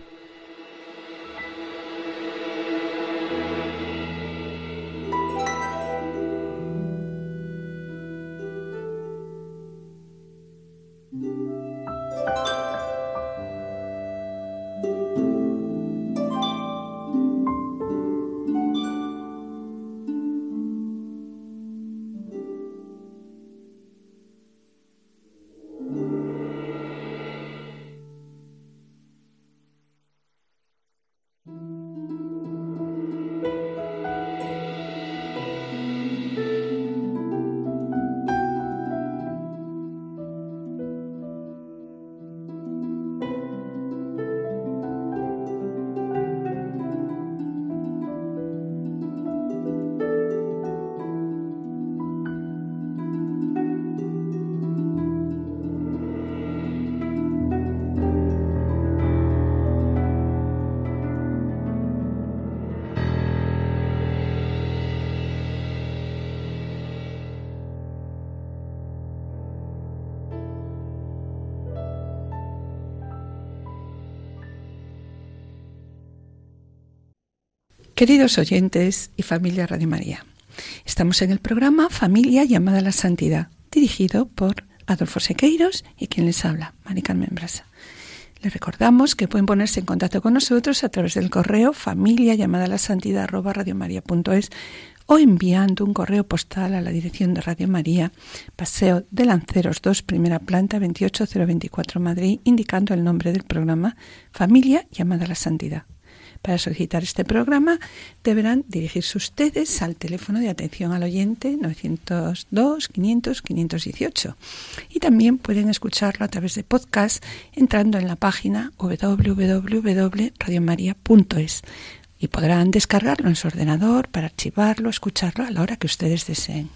Queridos oyentes y familia Radio María, estamos en el programa Familia llamada a la Santidad, dirigido por Adolfo Sequeiros y quien les habla, Mari Carmen Brasa. Les recordamos que pueden ponerse en contacto con nosotros a través del correo familia@radiomaria.es o enviando un correo postal a la dirección de Radio María, Paseo de Lanceros 2, primera planta, 28024 Madrid, indicando el nombre del programa Familia llamada a la Santidad. Para solicitar este programa deberán dirigirse ustedes al teléfono de atención al oyente 902 500 518 y también pueden escucharlo a través de podcast entrando en la página www.radiomaria.es y podrán descargarlo en su ordenador para archivarlo, escucharlo a la hora que ustedes deseen.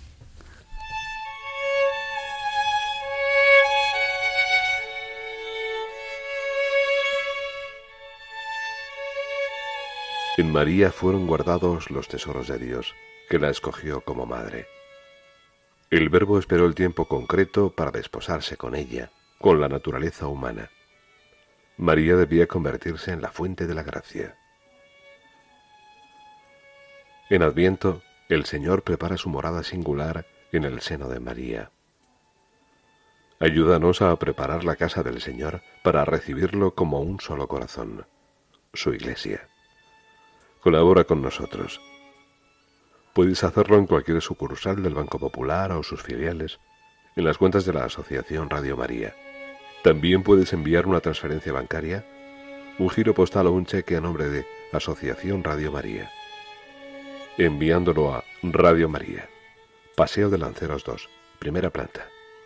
En María fueron guardados los tesoros de Dios, que la escogió como madre. El Verbo esperó el tiempo concreto para desposarse con ella, con la naturaleza humana. María debía convertirse en la fuente de la gracia. En Adviento, el Señor prepara su morada singular en el seno de María. Ayúdanos a preparar la casa del Señor para recibirlo como un solo corazón, su Iglesia. Colabora con nosotros. Puedes hacerlo en cualquier sucursal del Banco Popular o sus filiales, en las cuentas de la Asociación Radio María. También puedes enviar una transferencia bancaria, un giro postal o un cheque a nombre de Asociación Radio María. Enviándolo a Radio María, Paseo de Lanceros 2, primera planta,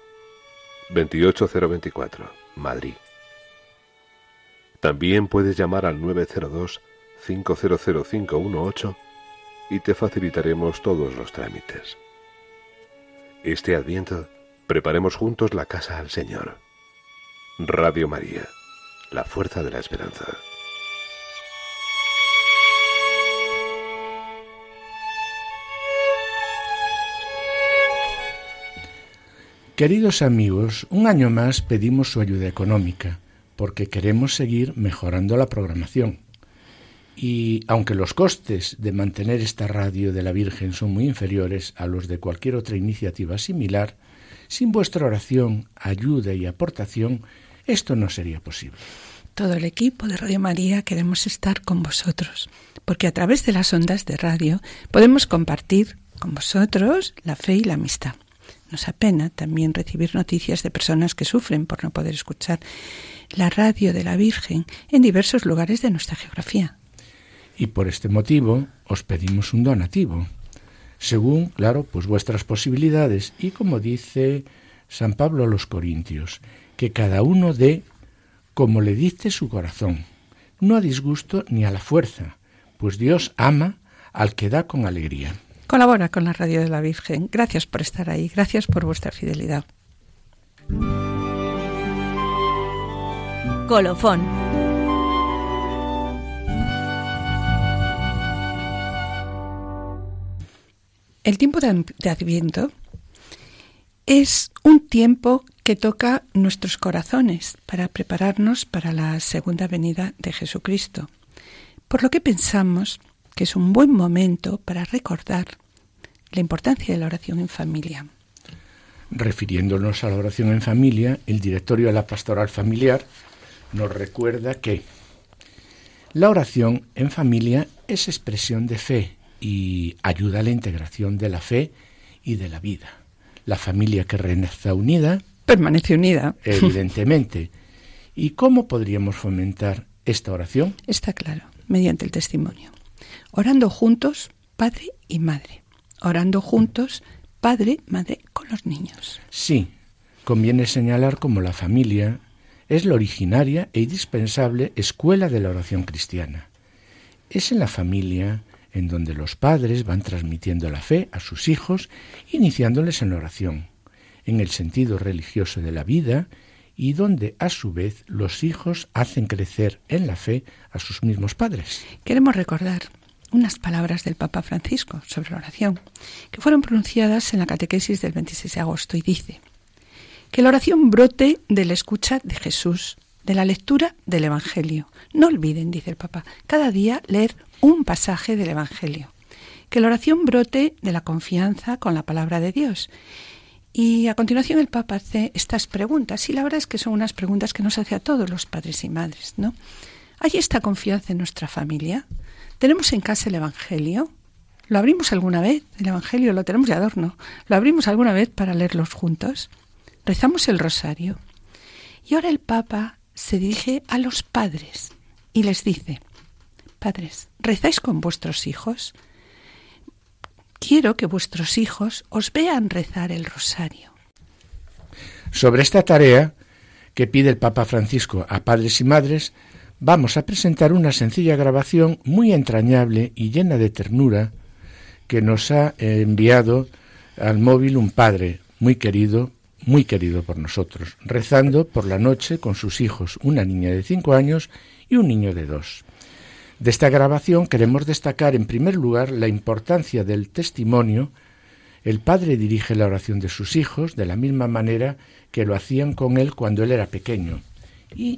28024, Madrid. También puedes llamar al 902-500-518 y te facilitaremos todos los trámites. Este Adviento, preparemos juntos la casa al Señor. Radio María, la fuerza de la esperanza. Queridos amigos, un año más pedimos su ayuda económica, porque queremos seguir mejorando la programación. Y aunque los costes de mantener esta radio de la Virgen son muy inferiores a los de cualquier otra iniciativa similar, sin vuestra oración, ayuda y aportación, esto no sería posible. Todo el equipo de Radio María queremos estar con vosotros, porque a través de las ondas de radio podemos compartir con vosotros la fe y la amistad. Nos apena también recibir noticias de personas que sufren por no poder escuchar la radio de la Virgen en diversos lugares de nuestra geografía. Y por este motivo os pedimos un donativo, según, claro, pues vuestras posibilidades, y como dice San Pablo a los Corintios, que cada uno dé como le dicte su corazón, no a disgusto ni a la fuerza, pues Dios ama al que da con alegría. Colabora con la radio de la Virgen. Gracias por estar ahí, gracias por vuestra fidelidad. Colofón. El tiempo de Adviento es un tiempo que toca nuestros corazones para prepararnos para la segunda venida de Jesucristo, por lo que pensamos que es un buen momento para recordar la importancia de la oración en familia. Refiriéndonos a la oración en familia, el directorio de la pastoral familiar nos recuerda que la oración en familia es expresión de fe y ayuda a la integración de la fe y de la vida. La familia que reza unida permanece unida, evidentemente. ¿Y cómo podríamos fomentar esta oración? Está claro, mediante el testimonio. Orando juntos, padre y madre. Orando juntos, padre, madre, con los niños. Sí, conviene señalar cómo la familia es la originaria e indispensable escuela de la oración cristiana. Es en la familia en donde los padres van transmitiendo la fe a sus hijos, iniciándoles en la oración, en el sentido religioso de la vida, y donde a su vez los hijos hacen crecer en la fe a sus mismos padres. Queremos recordar unas palabras del Papa Francisco sobre la oración, que fueron pronunciadas en la catequesis del 26 de agosto, y dice: que la oración brote de la escucha de Jesús de la lectura del Evangelio. No olviden, dice el Papa, cada día leer un pasaje del Evangelio. Que la oración brote de la confianza con la palabra de Dios. Y a continuación el Papa hace estas preguntas, y la verdad es que son unas preguntas que nos hace a todos los padres y madres, ¿no? ¿Hay esta confianza en nuestra familia? ¿Tenemos en casa el Evangelio? ¿Lo abrimos alguna vez? El Evangelio lo tenemos de adorno. ¿Lo abrimos alguna vez para leerlos juntos? ¿Rezamos el rosario? Y ahora el Papa se dirige a los padres y les dice: padres, ¿rezáis con vuestros hijos? Quiero que vuestros hijos os vean rezar el rosario. Sobre esta tarea que pide el Papa Francisco a padres y madres, vamos a presentar una sencilla grabación muy entrañable y llena de ternura que nos ha enviado al móvil un padre muy querido por nosotros, rezando por la noche con sus hijos, una niña de 5 años y un niño de 2. De esta grabación queremos destacar en primer lugar la importancia del testimonio. El padre dirige la oración de sus hijos de la misma manera que lo hacían con él cuando él era pequeño. Y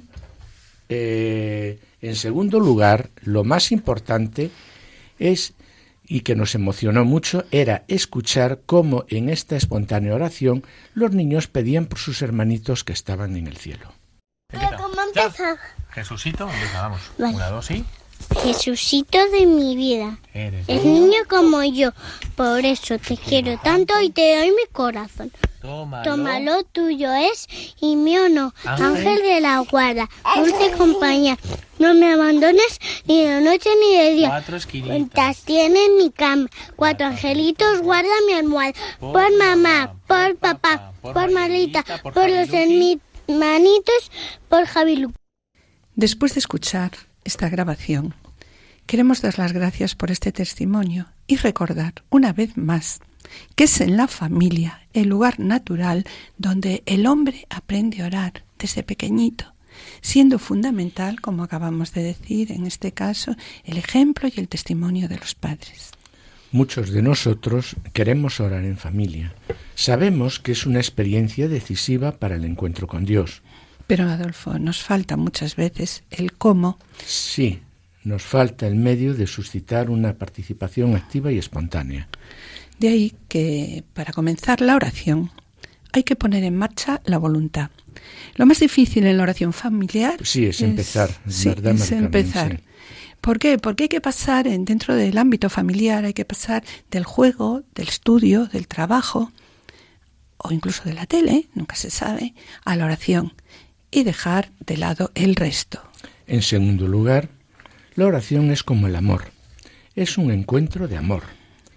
en segundo lugar, lo más importante es, y que nos emocionó mucho, era escuchar cómo en esta espontánea oración los niños pedían por sus hermanitos que estaban en el cielo. ¿Cómo empieza? Jesucito, empieza, vamos. Vale. 1, 2, ¿sí? Jesucito de mi vida, Eres es niño como yo, por eso te quiero tanto y te doy mi corazón. Tómalo, tuyo es y mío no. Ángel de la guarda, dulce compañía, no me abandones ni de noche ni de día. 4 esquinitas. Cuentas tiene en mi cama, 4 angelitos guarda mi almohada. Por mamá, por papá, por Marlita, por los hermanitos, por Javilu. Después de escuchar esta grabación, queremos dar las gracias por este testimonio y recordar una vez más que es en la familia el lugar natural donde el hombre aprende a orar desde pequeñito, siendo fundamental, como acabamos de decir, en este caso, el ejemplo y el testimonio de los padres. Muchos de nosotros queremos orar en familia. Sabemos que es una experiencia decisiva para el encuentro con Dios. Pero, Adolfo, nos falta muchas veces el cómo. Sí, nos falta el medio de suscitar una participación activa y espontánea. De ahí que, para comenzar la oración, hay que poner en marcha la voluntad. Lo más difícil en la oración familiar es empezar, ¿verdad, es empezar. Sí. ¿Por qué? Porque hay que pasar, dentro del ámbito familiar, hay que pasar del juego, del estudio, del trabajo, o incluso de la tele, nunca se sabe, a la oración. Y dejar de lado el resto. En segundo lugar, la oración es como el amor. Es un encuentro de amor.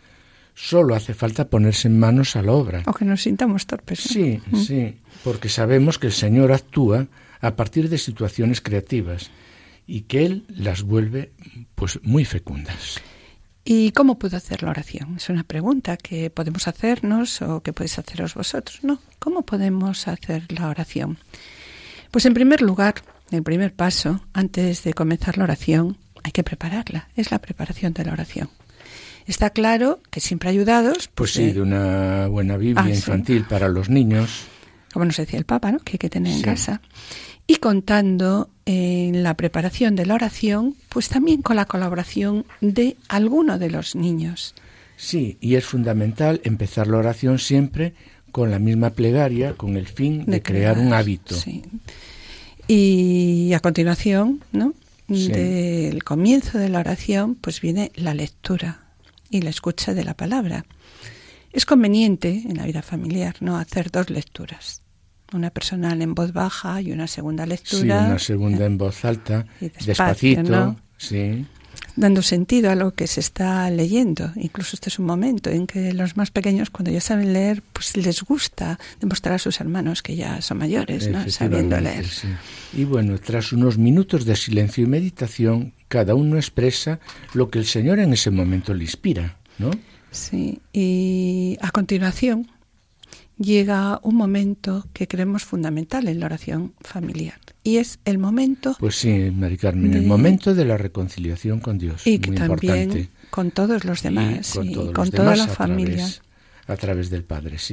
Solo hace falta ponerse en manos a la obra. O que nos sintamos torpes. Sí, porque sabemos que el Señor actúa a partir de situaciones creativas y que Él las vuelve pues muy fecundas. ¿Y cómo puedo hacer la oración? Es una pregunta que podemos hacernos o que podéis haceros vosotros, ¿no? ¿Cómo podemos hacer la oración? Pues en primer lugar, el primer paso, antes de comenzar la oración, hay que prepararla. Es la preparación de la oración. Está claro que siempre ayudados... Pues sí, de una buena Biblia infantil para los niños. Como nos decía el Papa, ¿no? Que hay que tener en casa. Y contando en la preparación de la oración, pues también con la colaboración de alguno de los niños. Sí, y es fundamental empezar la oración siempre con la misma plegaria, con el fin de crear un hábito. Sí. Y a continuación, ¿no? Del comienzo de la oración, pues viene la lectura y la escucha de la palabra. Es conveniente en la vida familiar, ¿no?, hacer 2 lecturas. Una personal en voz baja y una segunda lectura. Sí, una segunda en voz alta, despacito, ¿no? Sí. Dando sentido a lo que se está leyendo. Incluso este es un momento en que los más pequeños, cuando ya saben leer, pues les gusta demostrar a sus hermanos que ya son mayores, ¿no?, sabiendo leer. Sí. Y bueno, tras unos minutos de silencio y meditación, cada uno expresa lo que el Señor en ese momento le inspira, ¿no? Sí, y a continuación llega un momento que creemos fundamental en la oración familiar, y es el momento... Pues sí, Mari Carmen, el momento de la reconciliación con Dios, y que muy también importante. Con todos los demás, y con toda la a familia. A través del Padre, sí.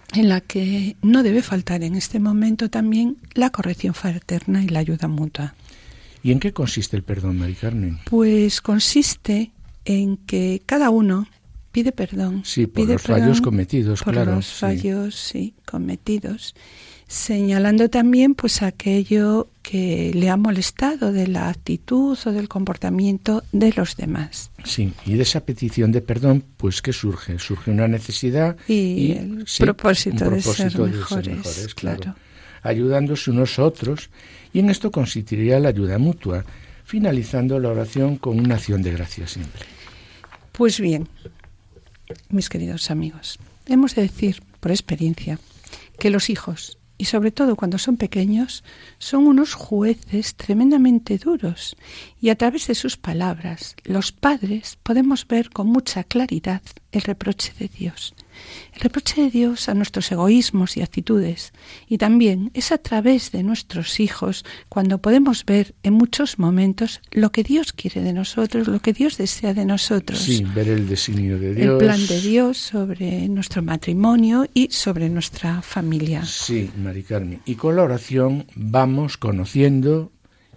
en la que no debe faltar en este momento también la corrección fraterna y la ayuda mutua. ¿Y en qué consiste el perdón, Mari Carmen? Pues consiste en que cada uno pide perdón. Sí, por pide los perdón fallos cometidos, por claro. los fallos, sí, cometidos. Señalando también pues aquello que le ha molestado de la actitud o del comportamiento de los demás. Sí, y de esa petición de perdón, pues ¿qué surge? Surge una necesidad y el propósito de ser mejores, claro. Ayudándose unos a otros, y en esto consistiría la ayuda mutua, finalizando la oración con una acción de gracias siempre. Pues bien, mis queridos amigos, hemos de decir por experiencia que los hijos, y sobre todo cuando son pequeños, son unos jueces tremendamente duros, y a través de sus palabras, los padres podemos ver con mucha claridad el reproche de Dios. El reproche de Dios a nuestros egoísmos y actitudes, y también es a través de nuestros hijos cuando podemos ver en muchos momentos lo que Dios quiere de nosotros, lo que Dios desea de nosotros. Sí, ver el designio de Dios. El plan de Dios sobre nuestro matrimonio y sobre nuestra familia. Sí, Mari Carmen. Y con la oración vamos conociendo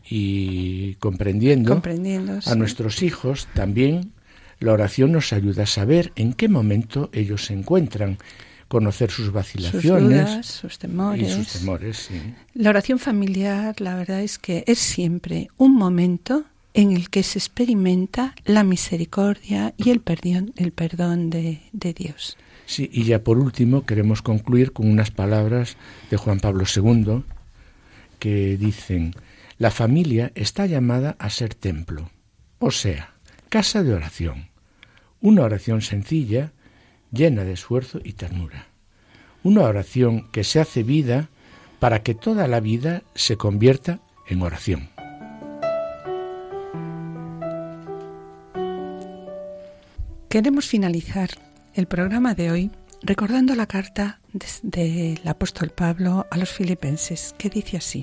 y comprendiendo a nuestros hijos. También la oración nos ayuda a saber en qué momento ellos se encuentran, conocer sus vacilaciones, sus dudas, sus temores. Y sus temores, sí. La oración familiar, la verdad es que es siempre un momento en el que se experimenta la misericordia y el perdón de Dios. Sí, y ya por último queremos concluir con unas palabras de Juan Pablo II que dicen: la familia está llamada a ser templo, o sea, casa de oración, una oración sencilla, llena de esfuerzo y ternura, una oración que se hace vida para que toda la vida se convierta en oración. Queremos finalizar el programa de hoy recordando la carta del apóstol Pablo a los filipenses, que dice así: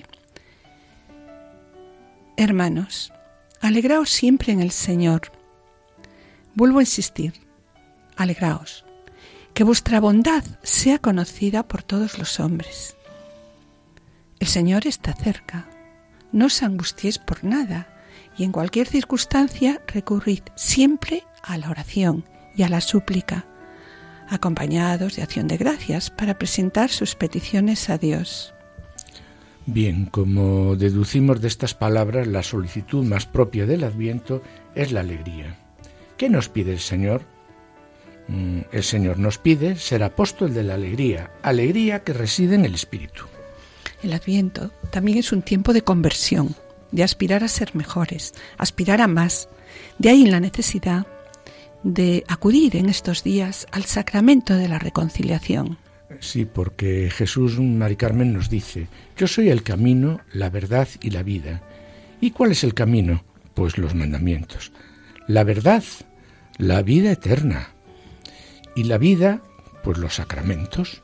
Hermanos, alegraos siempre en el Señor. Vuelvo a insistir, alegraos, que vuestra bondad sea conocida por todos los hombres. El Señor está cerca, no os angustiéis por nada, y en cualquier circunstancia recurrid siempre a la oración y a la súplica, acompañados de acción de gracias para presentar sus peticiones a Dios. Bien, como deducimos de estas palabras, la solicitud más propia del Adviento es la alegría. ¿Qué nos pide el Señor? El Señor nos pide ser apóstol de la alegría, alegría que reside en el Espíritu. El Adviento también es un tiempo de conversión, de aspirar a ser mejores, aspirar a más. De ahí la necesidad de acudir en estos días al sacramento de la reconciliación. Sí, porque Jesús, Mari Carmen, nos dice: yo soy el camino, la verdad y la vida. ¿Y cuál es el camino? Pues los mandamientos. La verdad, la vida eterna. Y la vida, pues los sacramentos.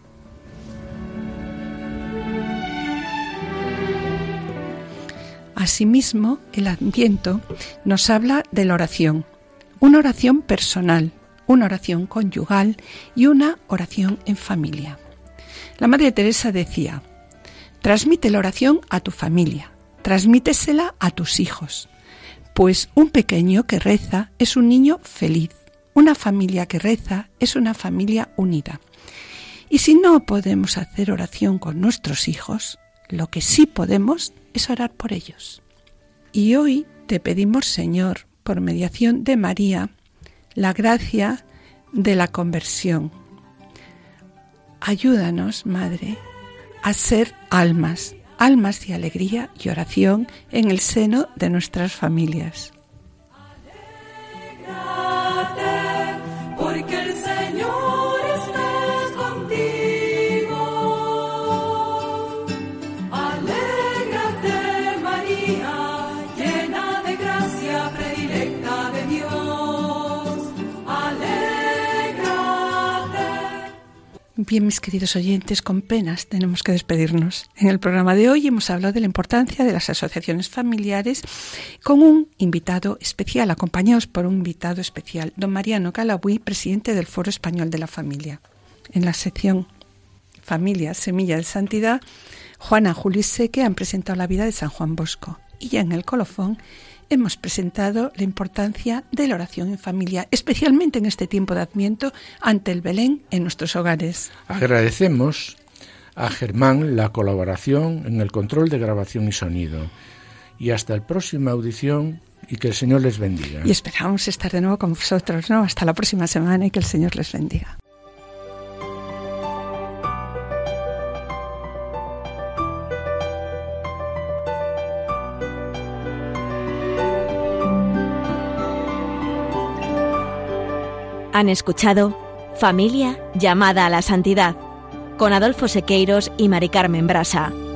Asimismo, el Adviento nos habla de la oración. Una oración personal, una oración conyugal y una oración en familia. La Madre Teresa decía: transmite la oración a tu familia, transmítesela a tus hijos, pues un pequeño que reza es un niño feliz, una familia que reza es una familia unida. Y si no podemos hacer oración con nuestros hijos, lo que sí podemos es orar por ellos. Y hoy te pedimos, Señor, por mediación de María, la gracia de la conversión. Ayúdanos, Madre, a ser almas de alegría y oración en el seno de nuestras familias. Alégrate, porque el Señor está contigo. Alégrate, María, llena de gracia, predilecta de Dios. Alégrate. Bien, mis queridos oyentes, con penas tenemos que despedirnos. En el programa de hoy hemos hablado de la importancia de las asociaciones familiares con un invitado especial, acompañados por un invitado especial, don Mariano Calabuy, presidente del Foro Español de la Familia. En la sección Familia Semilla de Santidad, Juana Juli Seque, han presentado la vida de San Juan Bosco. Y ya en el colofón hemos presentado la importancia de la oración en familia, especialmente en este tiempo de Adviento, ante el Belén en nuestros hogares. Agradecemos a Germán la colaboración en el control de grabación y sonido. Y hasta la próxima audición, y que el Señor les bendiga. Y esperamos estar de nuevo con vosotros, ¿no? Hasta la próxima semana y que el Señor les bendiga. Han escuchado Familia llamada a la santidad, con Adolfo Sequeiros y Mari Carmen Brasa.